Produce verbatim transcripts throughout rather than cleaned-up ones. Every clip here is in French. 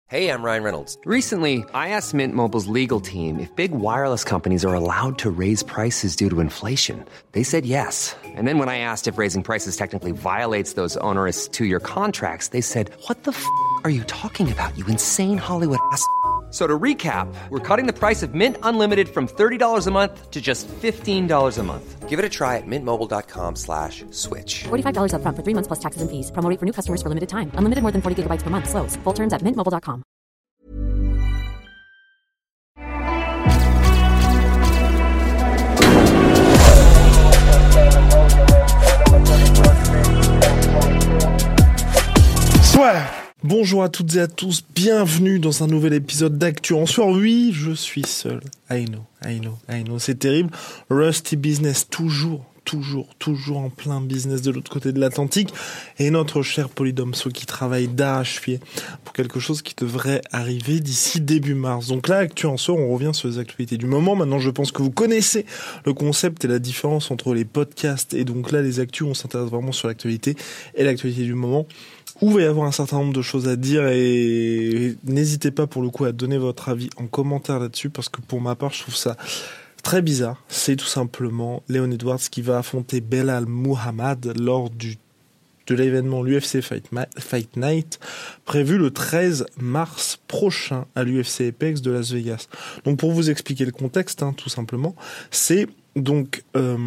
Hey, I'm Ryan Reynolds. Recently, I asked Mint Mobile's legal team if big wireless companies are allowed to raise prices due to inflation. They said yes. And then when I asked if raising prices technically violates those onerous two-year contracts, they said, what the f*** are you talking about, you insane Hollywood ass f- So to recap, we're cutting the price of Mint Unlimited from thirty dollars a month to just fifteen dollars a month. Give it a try at mintmobile.com slash switch. forty-five dollars up front for three months plus taxes and fees. Promo rate for new customers for limited time. Unlimited more than forty gigabytes per month. Slows full terms at mint mobile dot com. Soit. Bonjour à toutes et à tous, bienvenue dans un nouvel épisode d'Actu en Soir. Oui, je suis seul. I know, I know, I know, c'est terrible. Rusty Business, toujours, toujours, toujours en plein business de l'autre côté de l'Atlantique. Et notre cher Polydomso qui travaille d'arrache-pied pour quelque chose qui devrait arriver d'ici début mars. Donc là, Actu en Soir, on revient sur les actualités du moment. Maintenant, je pense que vous connaissez le concept et la différence entre les podcasts. Et donc là, les actus, on s'intéresse vraiment sur l'actualité et l'actualité du moment, où il va y avoir un certain nombre de choses à dire, et n'hésitez pas pour le coup à donner votre avis en commentaire là-dessus, parce que pour ma part je trouve ça très bizarre. C'est tout simplement Leon Edwards qui va affronter Belal Muhammad lors du de l'événement l'U F C Fight, Ma- Fight Night, prévu le treize mars prochain à l'U F C Apex de Las Vegas. Donc pour vous expliquer le contexte, hein, tout simplement, c'est donc euh,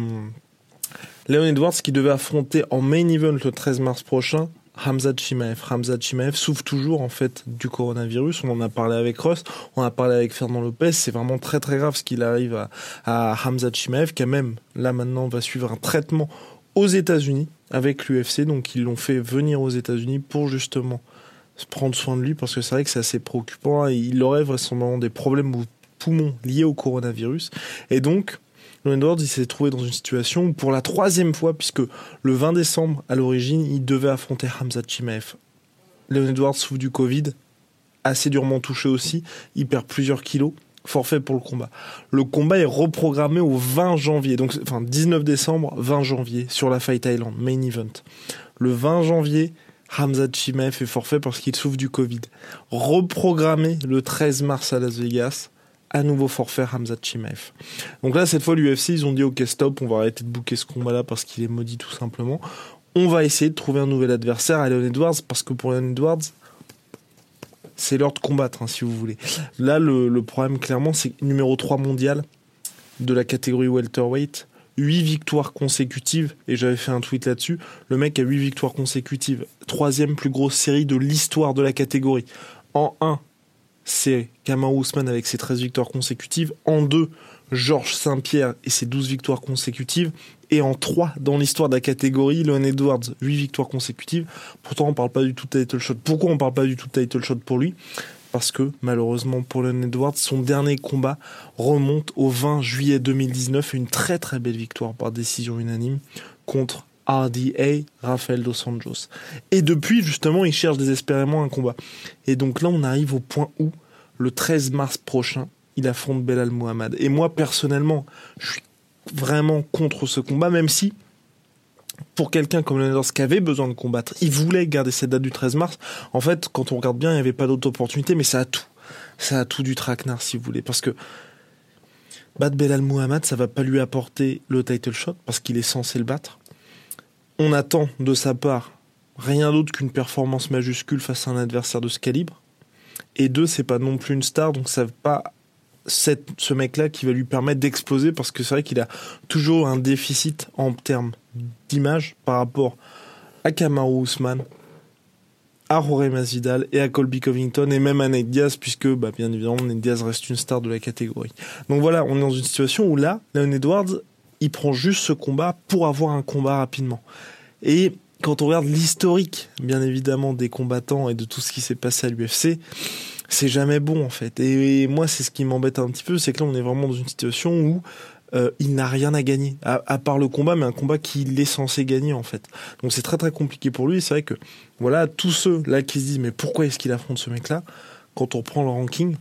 Leon Edwards qui devait affronter en main event le treize mars prochain Khamzat Chimaev. Khamzat Chimaev souffre toujours en fait du coronavirus. On en a parlé avec Ross, on en a parlé avec Fernand Lopez. C'est vraiment très très grave ce qu'il arrive à, à Khamzat Chimaev, qui a même là maintenant va suivre un traitement aux États-Unis avec l'U F C. Donc ils l'ont fait venir aux États-Unis pour justement prendre soin de lui, parce que c'est vrai que c'est assez préoccupant. Il aurait vraisemblablement des problèmes aux poumons liés au coronavirus, et donc Leon Edwards, il s'est trouvé dans une situation où, pour la troisième fois, puisque le vingt décembre, à l'origine, il devait affronter Khamzat Chimaev. Leon Edwards souffre du Covid, assez durement touché aussi, il perd plusieurs kilos, forfait pour le combat. Le combat est reprogrammé au vingt janvier, donc enfin dix-neuf décembre, vingt janvier, sur la Fight Island, main event. Le vingt janvier, Khamzat Chimaev est forfait parce qu'il souffre du Covid. Reprogrammé le treize mars à Las Vegas, à nouveau forfait Khamzat Chimaev. Donc là, cette fois, l'U F C, ils ont dit ok, stop, on va arrêter de booker ce combat-là parce qu'il est maudit tout simplement. On va essayer de trouver un nouvel adversaire à Leon Edwards, parce que pour Leon Edwards, c'est l'heure de combattre, hein, si vous voulez. Là, le, le problème, clairement, c'est numéro trois mondial de la catégorie welterweight, huit victoires consécutives, et j'avais fait un tweet là-dessus. Le mec a huit victoires consécutives, troisième plus grosse série de l'histoire de la catégorie. En un, c'est Kamaru Usman avec ses treize victoires consécutives. En deux, Georges Saint-Pierre et ses douze victoires consécutives. Et en trois, dans l'histoire de la catégorie, Leon Edwards, huit victoires consécutives. Pourtant, on parle pas du tout de title shot. Pourquoi on parle pas du tout de title shot pour lui ? Parce que, malheureusement, pour Leon Edwards, son dernier combat remonte au vingt juillet deux mille dix-neuf. Une très très belle victoire par décision unanime contre R D A, Rafael Dos Anjos. Et depuis, justement, il cherche désespérément un combat. Et donc là, on arrive au point où, le treize mars prochain, il affronte Belal Muhammad. Et moi, personnellement, je suis vraiment contre ce combat, même si, pour quelqu'un comme Leon Edwards qui avait besoin de combattre, il voulait garder cette date du treize mars. En fait, quand on regarde bien, il n'y avait pas d'autre opportunité, mais ça a tout. Ça a tout du traquenard, si vous voulez. Parce que battre Belal Muhammad, ça va pas lui apporter le title shot, parce qu'il est censé le battre. On attend de sa part rien d'autre qu'une performance majuscule face à un adversaire de ce calibre. Et deux, c'est pas non plus une star, donc ça va pas cette, ce mec-là qui va lui permettre d'exploser, parce que c'est vrai qu'il a toujours un déficit en termes d'image par rapport à Kamaru Usman, à Jorge Masvidal et à Colby Covington, et même à Nate Diaz, puisque bah, bien évidemment Nate Diaz reste une star de la catégorie. Donc voilà, on est dans une situation où là, Leon Edwards, il prend juste ce combat pour avoir un combat rapidement. Et quand on regarde l'historique, bien évidemment, des combattants et de tout ce qui s'est passé à l'U F C, c'est jamais bon, en fait. Et moi, c'est ce qui m'embête un petit peu, c'est que là, on est vraiment dans une situation où euh, il n'a rien à gagner, à, à part le combat, mais un combat qu'il est censé gagner, en fait. Donc c'est très très compliqué pour lui. Et c'est vrai que, voilà, tous ceux là qui se disent, mais pourquoi est-ce qu'il affronte ce mec-là ? Quand on prend le ranking,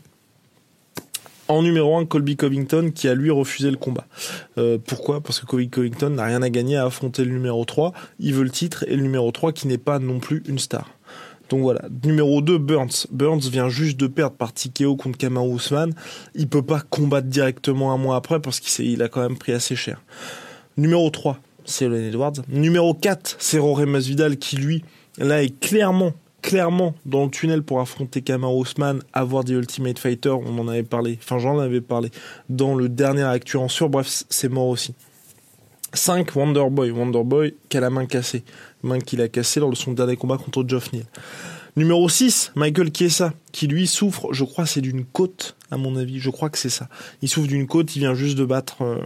en numéro un, Colby Covington, qui a lui refusé le combat. Euh, pourquoi ? Parce que Colby Covington n'a rien à gagner à affronter le numéro trois. Il veut le titre, et le numéro trois qui n'est pas non plus une star. Donc voilà. Numéro deux, Burns. Burns vient juste de perdre par T K O contre Kamaru Usman. Il peut pas combattre directement un mois après parce qu'il il a quand même pris assez cher. Numéro trois, c'est Leon Edwards. Numéro quatre, c'est Jorge Masvidal qui, lui, là, est clairement, clairement dans le tunnel pour affronter Kamaru Usman, avoir des Ultimate Fighter. On en avait parlé, enfin j'en avais parlé dans le dernier Actu en sur. Bref, c'est mort aussi. cinq, Wonderboy. Wonderboy qui a la main cassée. Main qu'il a cassée lors de son dernier combat contre Geoff Neal. Numéro six, Michael Chiesa, qui lui souffre, je crois c'est d'une côte, à mon avis, je crois que c'est ça. Il souffre d'une côte, il vient juste de battre euh,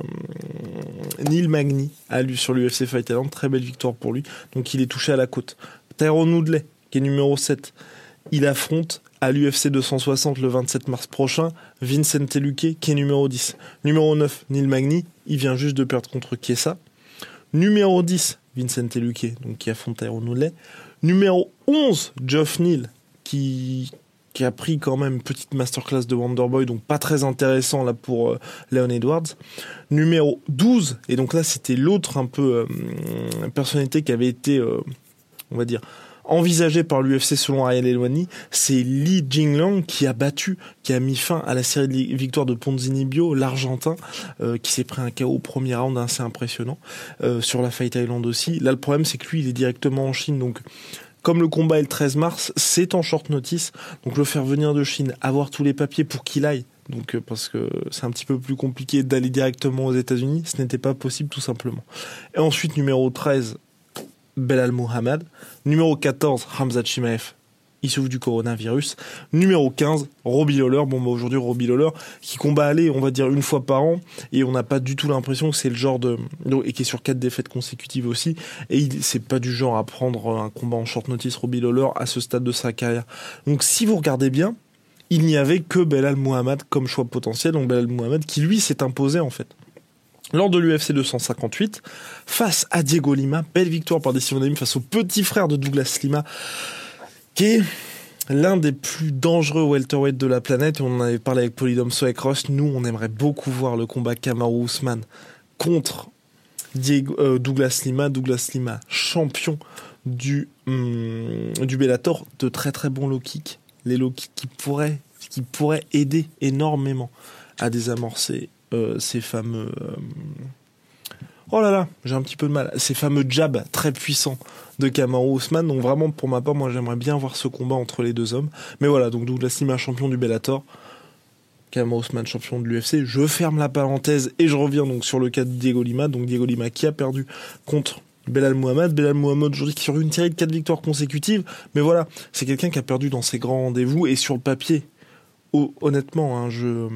Neil Magny à lui, sur l'U F C Fight Island, très belle victoire pour lui, donc il est touché à la côte. Tyrone Woodley, qui est numéro sept, il affronte à l'U F C deux cent soixante le vingt-sept mars prochain, Vincent Luque, qui est numéro dix. Numéro neuf, Neil Magny, il vient juste de perdre contre Chiesa. Numéro dix, Vincent Luque, donc qui affronte Tyrone Woodley. Numéro onze, Geoff Neal, qui, qui a pris quand même une petite masterclass de Wonderboy, donc pas très intéressant là pour euh, Leon Edwards. Numéro douze, et donc là c'était l'autre un peu euh, personnalité qui avait été, euh, on va dire, envisagé par l'U F C selon Ariel Helwani, c'est Li Jingliang qui a battu, qui a mis fin à la série de victoires de Ponzinibbio, l'Argentin, euh, qui s'est pris un K O au premier round assez impressionnant, euh, sur la Fight Island aussi. Là, le problème, c'est que lui, il est directement en Chine, donc comme le combat est le treize mars, c'est en short notice, donc le faire venir de Chine, avoir tous les papiers pour qu'il aille, donc euh, parce que c'est un petit peu plus compliqué d'aller directement aux États-Unis, ce n'était pas possible tout simplement. Et ensuite, numéro treize, Belal Muhammad. Numéro quatorze, Khamzat Chimaev, il souffre du coronavirus. Numéro quinze, Robbie Lawler. Bon, bah aujourd'hui, Robbie Lawler, qui combat aller, on va dire, une fois par an, et on n'a pas du tout l'impression que c'est le genre de... et qui est sur quatre défaites consécutives aussi, et il, c'est pas du genre à prendre un combat en short notice, Robbie Lawler, à ce stade de sa carrière. Donc, si vous regardez bien, il n'y avait que Belal Muhammad comme choix potentiel, donc Belal Muhammad, qui lui s'est imposé, en fait. Lors de l'U F C deux cent cinquante-huit, face à Diego Lima, belle victoire par décision unanime face au petit frère de Douglas Lima, qui est l'un des plus dangereux welterweight de la planète. On en avait parlé avec Polydomso et Cross. Nous, on aimerait beaucoup voir le combat Kamaru Usman contre Diego, euh, Douglas Lima. Douglas Lima, champion du, hum, du Bellator, de très très bons low kicks. Les low kicks qui pourraient, qui pourraient aider énormément à désamorcer Euh, ces fameux euh... oh là là, j'ai un petit peu de mal, ces fameux jabs très puissants de Kamaru Usman. Donc vraiment, pour ma part, moi j'aimerais bien voir ce combat entre les deux hommes. Mais voilà, donc Douglas Lima, champion du Bellator, Kamaru Usman, champion de l'U F C. Je ferme la parenthèse et je reviens donc sur le cas de Diego Lima. Donc Diego Lima qui a perdu contre Belal Muhammad. Belal Muhammad aujourd'hui qui sur une série de quatre victoires consécutives. Mais voilà, c'est quelqu'un qui a perdu dans ses grands rendez-vous, et sur le papier, oh, honnêtement, hein, je...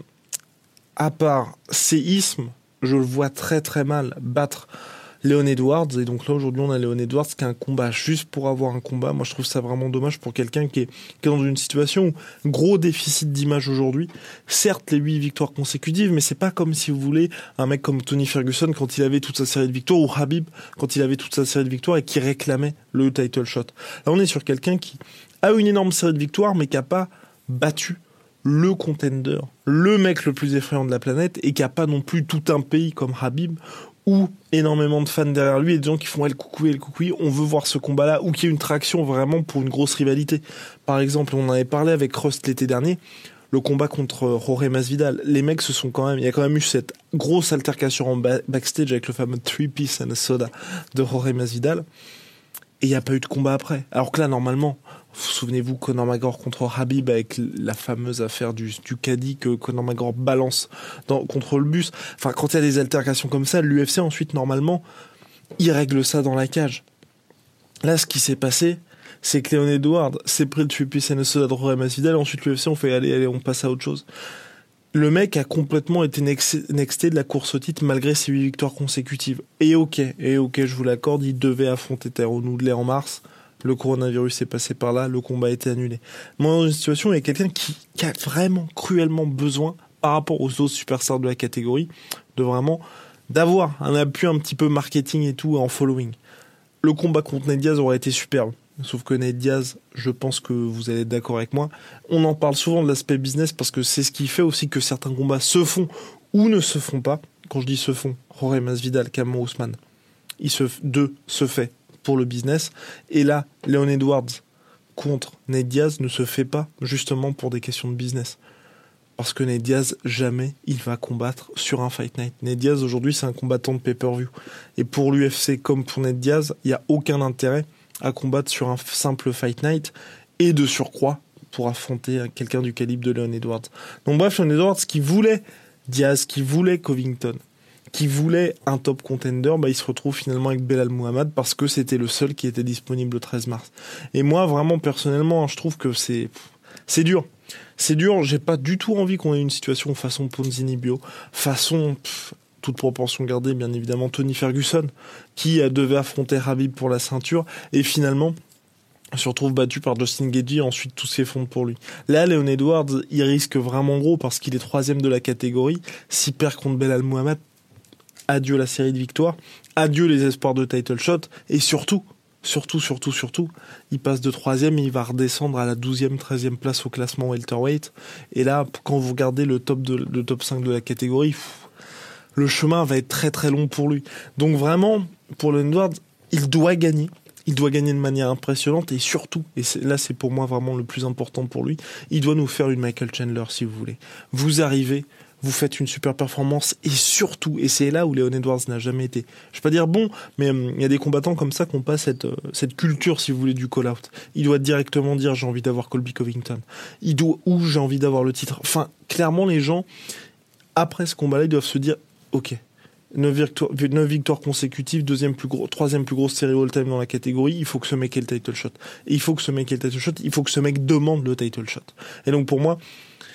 à part séisme, je le vois très très mal battre Leon Edwards. Et donc là, aujourd'hui, on a Leon Edwards qui a un combat juste pour avoir un combat. Moi, je trouve ça vraiment dommage pour quelqu'un qui est, qui est dans une situation où gros déficit d'image aujourd'hui. Certes, les huit victoires consécutives, mais c'est pas comme, si vous voulez, un mec comme Tony Ferguson quand il avait toute sa série de victoires, ou Khabib quand il avait toute sa série de victoires et qui réclamait le title shot. Là, on est sur quelqu'un qui a une énorme série de victoires, mais qui a pas battu le contender, le mec le plus effrayant de la planète, et qui a pas non plus tout un pays comme Khabib, ou énormément de fans derrière lui et des gens qui font elle coucou elle coucou, on veut voir ce combat-là, ou qu'il y ait une traction vraiment pour une grosse rivalité. Par exemple, on en avait parlé avec Rust l'été dernier, le combat contre Jorge Masvidal. Les mecs se sont quand même, il y a quand même eu cette grosse altercation en ba- backstage avec le fameux three piece and a soda de Jorge Masvidal, et il n'y a pas eu de combat après. Alors que là, normalement, vous souvenez-vous, Conor McGregor contre Khabib, avec la fameuse affaire du, du caddie que Conor McGregor balance dans, contre le bus. Enfin, quand il y a des altercations comme ça, l'U F C, ensuite, normalement, il règle ça dans la cage. Là, ce qui s'est passé, c'est que Leon Edwards s'est pris le three piece and a soda de Jorge Masvidal, ensuite l'U F C, on fait allez, allez, on passe à autre chose. Le mec a complètement été nexté de la course au titre malgré ses huit victoires consécutives. Et ok, et ok, je vous l'accorde, il devait affronter Tyrone Woodley en mars. Le coronavirus est passé par là, le combat a été annulé. Moi, dans une situation où il y a quelqu'un qui, qui a vraiment cruellement besoin, par rapport aux autres superstars de la catégorie, de vraiment, d'avoir un appui un petit peu marketing et tout en following. Le combat contre Nate Diaz aurait été superbe. Sauf que Nate Diaz, je pense que vous allez être d'accord avec moi, on en parle souvent de l'aspect business parce que c'est ce qui fait aussi que certains combats se font ou ne se font pas. Quand je dis se font, Jorge Masvidal, Kamaru Usman, il se, deux se fait pour le business. Et là, Leon Edwards contre Nate Diaz ne se fait pas justement pour des questions de business. Parce que Nate Diaz, jamais il va combattre sur un Fight Night. Nate Diaz, aujourd'hui, c'est un combattant de pay-per-view. Et pour l'U F C, comme pour Nate Diaz, il n'y a aucun intérêt à combattre sur un simple Fight Night et de surcroît pour affronter quelqu'un du calibre de Leon Edwards. Donc bref, Leon Edwards qui voulait Diaz, qui voulait Covington, qui voulait un top contender, bah, il se retrouve finalement avec Belal Muhammad parce que c'était le seul qui était disponible le treize mars. Et moi, vraiment, personnellement, je trouve que c'est, c'est dur. C'est dur, j'ai pas du tout envie qu'on ait une situation façon Ponzini Bio, façon, pff, toute proportion gardée, bien évidemment, Tony Ferguson, qui devait affronter Khabib pour la ceinture, et finalement se retrouve battu par Justin Gaethje, et ensuite tout s'effondre pour lui. Là, Leon Edwards, il risque vraiment gros parce qu'il est troisième de la catégorie. S'il perd contre Belal Muhammad, adieu la série de victoires, adieu les espoirs de title shot, et surtout, surtout, surtout, surtout, il passe de troisième et il va redescendre à la douzième, treizième place au classement welterweight. Et là, quand vous regardez le top, de, le top cinq de la catégorie, pff, le chemin va être très très long pour lui. Donc vraiment, pour Leon Edwards, il doit gagner. Il doit gagner de manière impressionnante et surtout, et c'est, là c'est pour moi vraiment le plus important pour lui, il doit nous faire une Michael Chandler si vous voulez. Vous arrivez, vous faites une super performance et surtout, et c'est là où Leon Edwards n'a jamais été, je vais pas dire bon, mais il euh, y a des combattants comme ça qui n'ont pas cette, euh, cette culture si vous voulez du call-out. Il doit directement dire j'ai envie d'avoir Colby Covington, il doit, ou j'ai envie d'avoir le titre. Enfin, clairement les gens, après ce combat-là, ils doivent se dire ok, neuf victoires, neuf victoires consécutives, deuxième plus gros, troisième plus grosse série all-time dans la catégorie, il faut que ce mec ait le title shot. Et il faut que ce mec ait le title shot, il faut que ce mec demande le title shot. Et donc pour moi,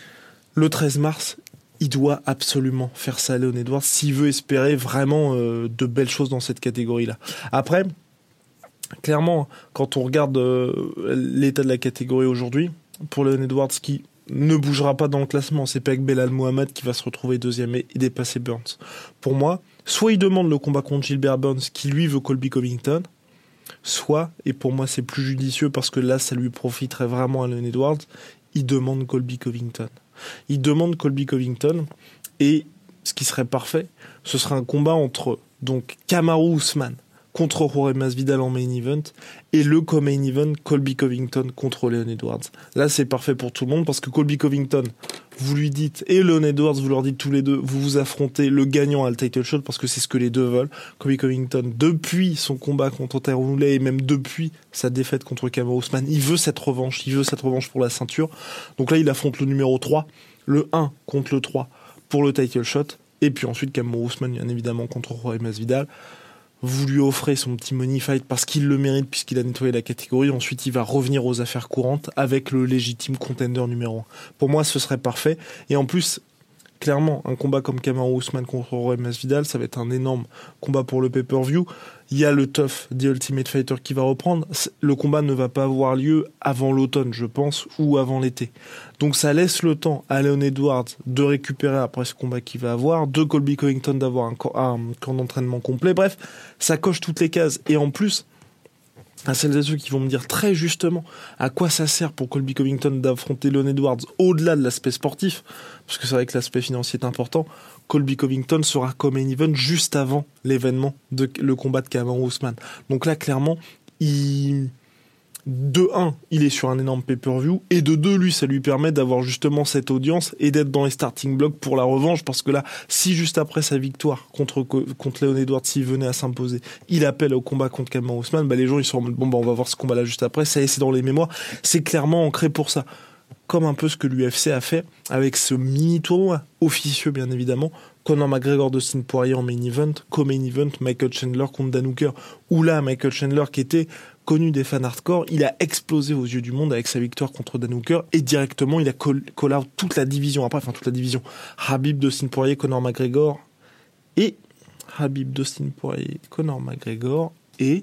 le treize mars, il doit absolument faire ça à Leon Edwards s'il veut espérer vraiment euh, de belles choses dans cette catégorie-là. Après, clairement, quand on regarde euh, l'état de la catégorie aujourd'hui, pour Leon Edwards qui ne bougera pas dans le classement, c'est pas avec Belal Muhammad qui va se retrouver deuxième et dépasser Burns. Pour moi, soit il demande le combat contre Gilbert Burns qui lui veut Colby Covington, soit, et pour moi c'est plus judicieux parce que là ça lui profiterait vraiment à Leon Edwards, il demande Colby Covington. Il demande Colby Covington et ce qui serait parfait, ce serait un combat entre donc Kamaru Usman contre Jorge Masvidal en main event et le co-main event Colby Covington contre Leon Edwards. Là c'est parfait pour tout le monde parce que Colby Covington, vous lui dites, et Leon Edwards, vous leur dites tous les deux, vous vous affrontez, le gagnant à le title shot parce que c'est ce que les deux veulent. Colby Covington, depuis son combat contre Tyron Woodley et même depuis sa défaite contre Kamaru Usman, il veut cette revanche, il veut cette revanche pour la ceinture. Donc là il affronte le numéro trois, le un contre le trois pour le title shot, et puis ensuite Kamaru Usman bien évidemment contre Jorge Masvidal. Vous lui offrez son petit money fight parce qu'il le mérite puisqu'il a nettoyé la catégorie. Ensuite, il va revenir aux affaires courantes avec le légitime contender numéro un. Pour moi, ce serait parfait. Et en plus, clairement, un combat comme Kamaru Usman contre Jorge Masvidal, ça va être un énorme combat pour le pay-per-view. Il y a le Tough, The Ultimate Fighter qui va reprendre. Le combat ne va pas avoir lieu avant l'automne, je pense, ou avant l'été. Donc ça laisse le temps à Leon Edwards de récupérer après ce combat qu'il va avoir, de Colby Covington d'avoir un camp, un camp d'entraînement complet. Bref, ça coche toutes les cases. Et en plus, à celles et ceux qui vont me dire très justement à quoi ça sert pour Colby Covington d'affronter Leon Edwards au-delà de l'aspect sportif, parce que c'est vrai que l'aspect financier est important, Colby Covington sera comme main event juste avant l'événement, de, le combat de Kamaru Usman. Donc là, clairement, il... de un, il est sur un énorme pay-per-view, et de deux, lui, ça lui permet d'avoir justement cette audience et d'être dans les starting blocks pour la revanche, parce que là, si juste après sa victoire contre, contre Leon Edwards, s'il venait à s'imposer, il appelle au combat contre Kamaru Usman, bah les gens, ils sont en mode, bon, bah on va voir ce combat-là juste après, ça y est, c'est dans les mémoires, c'est clairement ancré pour ça. Comme un peu ce que l'U F C a fait avec ce mini-tournoi officieux, bien évidemment, Conor McGregor, Dustin Poirier en main event, co-main event, Michael Chandler contre Dan Hooker, où là, Michael Chandler, qui était connu des fans hardcore, il a explosé aux yeux du monde avec sa victoire contre Dan Hooker, et directement, il a call, call out toute la division, après, enfin, toute la division, Khabib, Dustin Poirier, Conor McGregor, et Khabib, Dustin Poirier, Conor McGregor, et,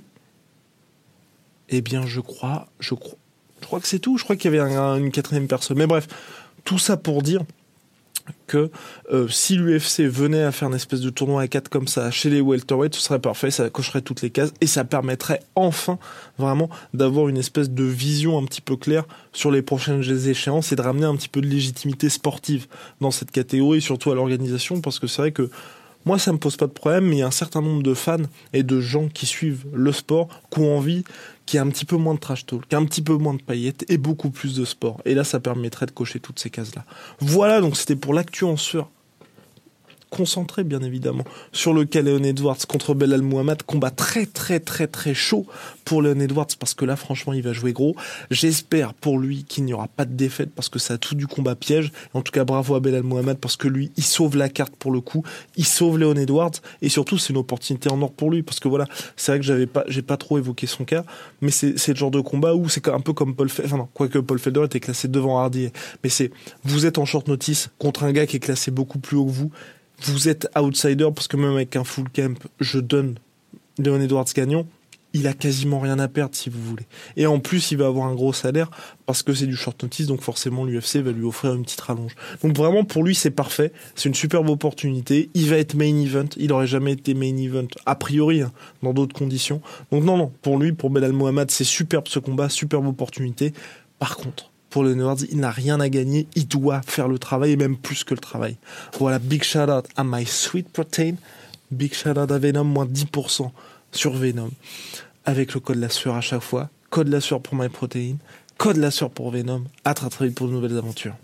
eh bien, je crois, je crois, Je crois que c'est tout. Je crois qu'il y avait un, une quatrième personne. Mais bref, tout ça pour dire que euh, si l'U F C venait à faire une espèce de tournoi à quatre comme ça chez les welterweight, ce serait parfait, ça cocherait toutes les cases et ça permettrait enfin vraiment d'avoir une espèce de vision un petit peu claire sur les prochaines échéances et de ramener un petit peu de légitimité sportive dans cette catégorie, surtout à l'organisation, parce que c'est vrai que Moi, ça me pose pas de problème, mais il y a un certain nombre de fans et de gens qui suivent le sport, qui ont envie qu'il y ait un petit peu moins de trash talk, qu'il y ait un petit peu moins de paillettes et beaucoup plus de sport. Et là, ça permettrait de cocher toutes ces cases-là. Voilà, donc c'était pour l'actu en sueur. Concentré bien évidemment sur le cas Leon Edwards contre Belal Muhammad, combat très très très très chaud pour Leon Edwards parce que là franchement il va jouer gros. J'espère pour lui qu'il n'y aura pas de défaite parce que ça a tout du combat piège. En tout cas bravo à Belal Muhammad parce que lui il sauve la carte pour le coup, il sauve Leon Edwards et surtout c'est une opportunité en or pour lui parce que voilà, c'est vrai que j'avais pas j'ai pas trop évoqué son cas, mais c'est c'est le genre de combat où c'est un peu comme Paul Felder, enfin non, quoique Paul Felder était classé devant Hardy, mais c'est vous êtes en short notice contre un gars qui est classé beaucoup plus haut que vous. Vous êtes outsider parce que même avec un full camp, je donne Leon Edwards gagnant. Il a quasiment rien à perdre si vous voulez. Et en plus, il va avoir un gros salaire parce que c'est du short notice, donc forcément l'U F C va lui offrir une petite rallonge. Donc vraiment pour lui c'est parfait, c'est une superbe opportunité. Il va être main event, il aurait jamais été main event a priori hein, dans d'autres conditions. Donc non non, pour lui, pour Belal Muhammad, c'est superbe ce combat, superbe opportunité. Par contre, pour Leon Edwards, il n'a rien à gagner, il doit faire le travail et même plus que le travail. Voilà, big shout out à My Sweet Protein, big shout out à Venom, moins dix pour cent sur Venom, avec le code la sueur à chaque fois, code la sueur pour My Protein, code la sueur pour Venom, à très très vite pour de nouvelles aventures.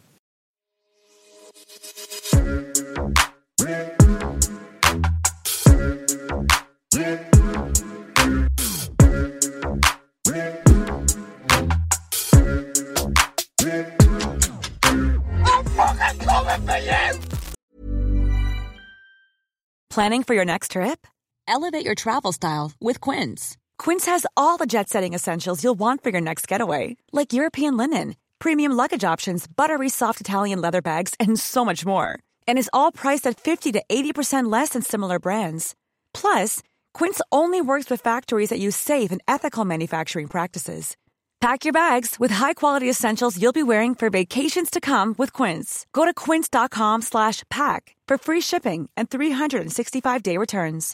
Planning for your next trip? Elevate your travel style with Quince. Quince has all the jet-setting essentials you'll want for your next getaway, like European linen, premium luggage options, buttery soft Italian leather bags, and so much more. And is all priced at fifty to eighty percent less than similar brands. Plus, Quince only works with factories that use safe and ethical manufacturing practices. Pack your bags with high-quality essentials you'll be wearing for vacations to come with Quince. Go to quince.com slash pack for free shipping and three sixty-five day returns.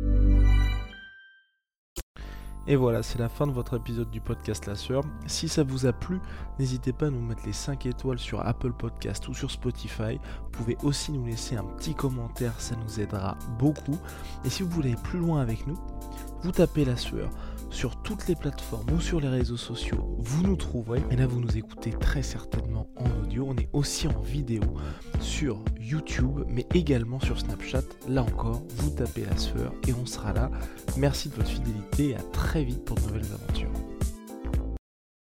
Et voilà, c'est la fin de votre épisode du podcast La Sueur. Si ça vous a plu, n'hésitez pas à nous mettre les cinq étoiles sur Apple Podcast ou sur Spotify. Vous pouvez aussi nous laisser un petit commentaire, ça nous aidera beaucoup. Et si vous voulez aller plus loin avec nous, vous tapez La Sueur sur toutes les plateformes ou sur les réseaux sociaux, vous nous trouverez. Et là, vous nous écoutez très certainement en audio. On est aussi en vidéo sur YouTube, mais également sur Snapchat. Là encore, vous tapez La Sueur et on sera là. Merci de votre fidélité et à très vite pour de nouvelles aventures.